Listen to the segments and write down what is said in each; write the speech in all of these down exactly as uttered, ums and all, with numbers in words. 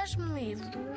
mesmo livros?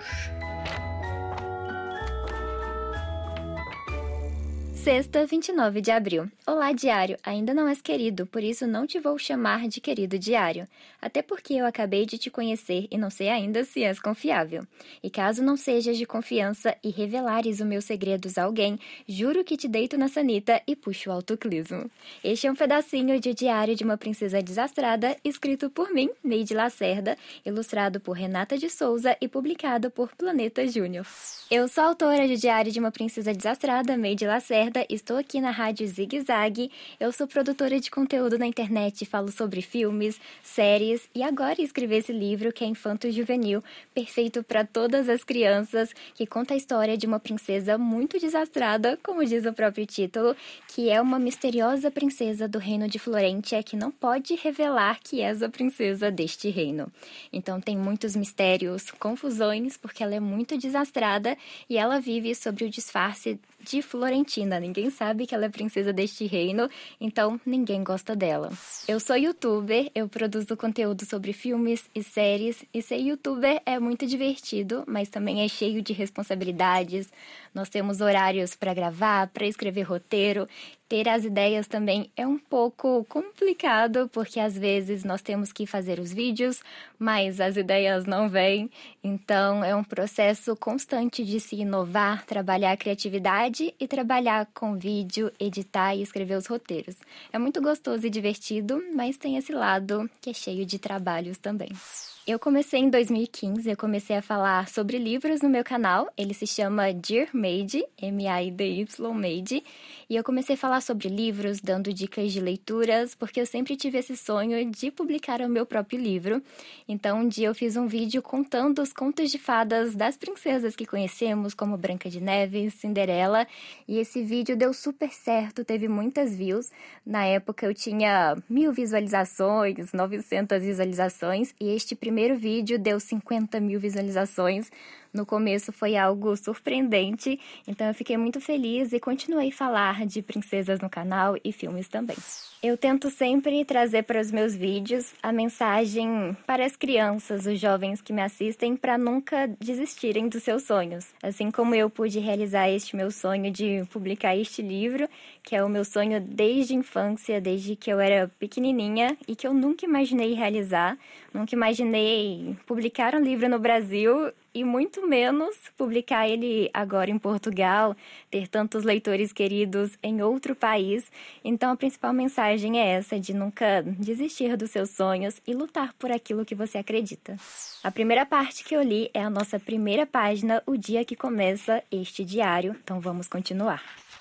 Sexta, vinte e nove de abril. Olá, diário. Ainda não és querido, por isso não te vou chamar de querido diário. Até porque eu acabei de te conhecer e não sei ainda se és confiável. E caso não sejas de confiança e revelares os meus segredos a alguém, juro que te deito na sanita e puxo o autoclismo. Este é um pedacinho de Diário de uma Princesa Desastrada, escrito por mim, Neide Lacerda, ilustrado por Renata de Souza e publicado por Planeta Júnior. Eu sou autora de Diário de uma Princesa Desastrada, Neide Lacerda. Estou aqui na Rádio Zig Zag, eu sou produtora de conteúdo na internet, falo sobre filmes, séries e agora escrevi esse livro que é infanto-juvenil, perfeito para todas as crianças, que conta a história de uma princesa muito desastrada, como diz o próprio título, que é uma misteriosa princesa do reino de Florentia que não pode revelar que és a princesa deste reino. Então tem muitos mistérios, confusões, porque ela é muito desastrada e ela vive sob o disfarce de Florentina. Ninguém sabe que ela é princesa deste reino, então ninguém gosta dela. Eu sou youtuber, eu produzo conteúdo sobre filmes e séries, e ser youtuber é muito divertido, mas também é cheio de responsabilidades. Nós temos horários para gravar, para escrever roteiro. Ter as ideias também é um pouco complicado, porque às vezes nós temos que fazer os vídeos, mas as ideias não vêm. Então é um processo constante de se inovar, trabalhar a criatividade e trabalhar com vídeo, editar e escrever os roteiros. É muito gostoso e divertido, mas tem esse lado que é cheio de trabalhos também. Eu comecei em dois mil e quinze, eu comecei a falar sobre livros no meu canal, ele se chama Dear Made, M A I D Y Made, e eu comecei a falar sobre livros, dando dicas de leituras, porque eu sempre tive esse sonho de publicar o meu próprio livro. Então um dia eu fiz um vídeo contando os contos de fadas das princesas que conhecemos, como Branca de Neve, Cinderela, e esse vídeo deu super certo, teve muitas views. Na época eu tinha mil visualizações, novecentas visualizações, e este primeiro O primeiro vídeo deu cinquenta mil visualizações. No começo foi algo surpreendente, então eu fiquei muito feliz e continuei a falar de princesas no canal e filmes também. Eu tento sempre trazer para os meus vídeos a mensagem para as crianças, os jovens que me assistem, para nunca desistirem dos seus sonhos. Assim como eu pude realizar este meu sonho de publicar este livro, que é o meu sonho desde a infância, desde que eu era pequenininha e que eu nunca imaginei realizar. Nunca imaginei publicar um livro no Brasil e muito menos publicar ele agora em Portugal, ter tantos leitores queridos em outro país. Então a principal mensagem é essa, de nunca desistir dos seus sonhos e lutar por aquilo que você acredita. A primeira parte que eu li é a nossa primeira página, o dia que começa este diário, então vamos continuar.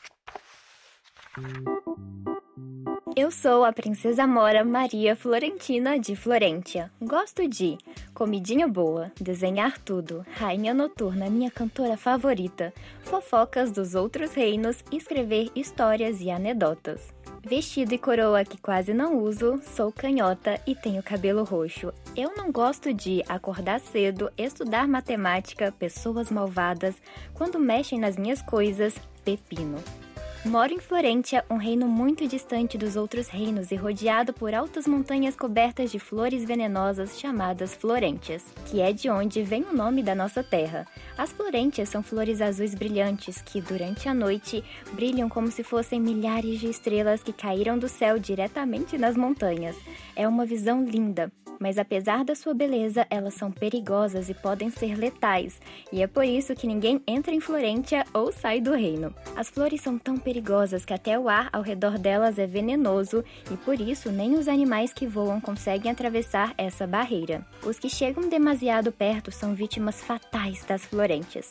Eu sou a Princesa Mora Maria Florentina de Florentia. Gosto de comidinha boa, desenhar tudo, rainha noturna, minha cantora favorita, fofocas dos outros reinos, escrever histórias e anedotas. Vestido e coroa que quase não uso, sou canhota e tenho cabelo roxo. Eu não gosto de acordar cedo, estudar matemática, pessoas malvadas, quando mexem nas minhas coisas, pepino. Moro em Florentia, um reino muito distante dos outros reinos e rodeado por altas montanhas cobertas de flores venenosas chamadas florêntias, que é de onde vem o nome da nossa terra. As florêntias são flores azuis brilhantes que, durante a noite, brilham como se fossem milhares de estrelas que caíram do céu diretamente nas montanhas. É uma visão linda, mas apesar da sua beleza, elas são perigosas e podem ser letais, e é por isso que ninguém entra em Florentia ou sai do reino. As flores são tão perigosas que até o ar ao redor delas é venenoso e por isso nem os animais que voam conseguem atravessar essa barreira. Os que chegam demasiado perto são vítimas fatais das florêntias.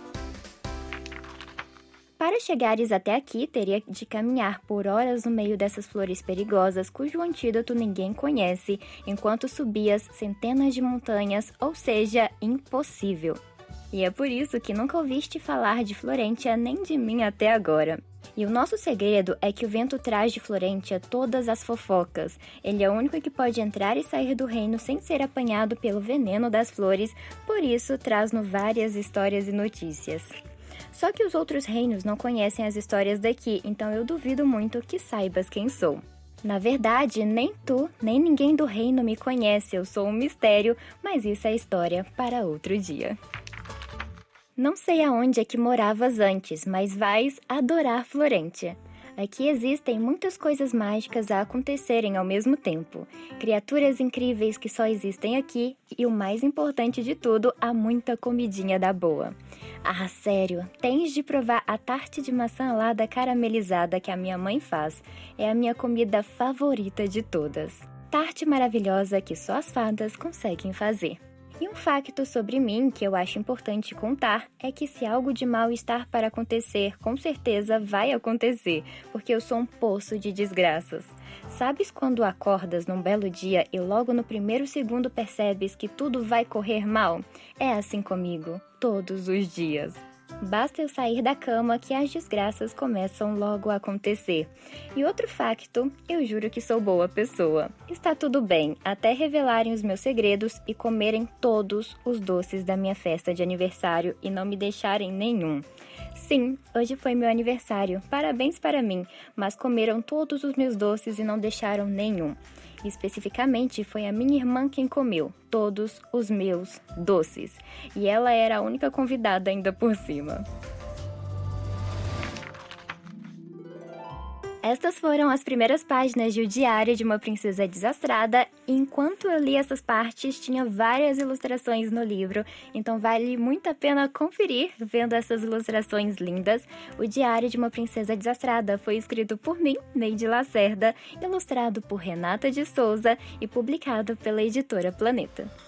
Para chegares até aqui, teria de caminhar por horas no meio dessas flores perigosas, cujo antídoto ninguém conhece, enquanto subias centenas de montanhas, ou seja, impossível. E é por isso que nunca ouviste falar de Florentia nem de mim até agora. E o nosso segredo é que o vento traz de Florentia todas as fofocas. Ele é o único que pode entrar e sair do reino sem ser apanhado pelo veneno das flores, por isso traz-nos várias histórias e notícias. Só que os outros reinos não conhecem as histórias daqui, então eu duvido muito que saibas quem sou. Na verdade, nem tu, nem ninguém do reino me conhece, eu sou um mistério, mas isso é história para outro dia. Não sei aonde é que moravas antes, mas vais adorar Florêntia. Aqui existem muitas coisas mágicas a acontecerem ao mesmo tempo. Criaturas incríveis que só existem aqui e, o mais importante de tudo, há muita comidinha da boa. Ah, sério, tens de provar a tarte de maçã alada caramelizada que a minha mãe faz. É a minha comida favorita de todas. Tarte maravilhosa que só as fadas conseguem fazer. E um facto sobre mim que eu acho importante contar é que se algo de mal estar para acontecer, com certeza vai acontecer, porque eu sou um poço de desgraças. Sabes quando acordas num belo dia e logo no primeiro segundo percebes que tudo vai correr mal? É assim comigo, todos os dias. Basta eu sair da cama que as desgraças começam logo a acontecer. E outro facto, eu juro que sou boa pessoa. Está tudo bem, até revelarem os meus segredos e comerem todos os doces da minha festa de aniversário e não me deixarem nenhum. Sim, hoje foi meu aniversário, parabéns para mim, mas comeram todos os meus doces e não deixaram nenhum. Especificamente, foi a minha irmã quem comeu todos os meus doces. E ela era a única convidada ainda por cima. Estas foram as primeiras páginas de O Diário de uma Princesa Desastrada. Enquanto eu li essas partes, tinha várias ilustrações no livro, então vale muito a pena conferir vendo essas ilustrações lindas. O Diário de uma Princesa Desastrada foi escrito por mim, Neide Lacerda, ilustrado por Renata de Souza e publicado pela editora Planeta.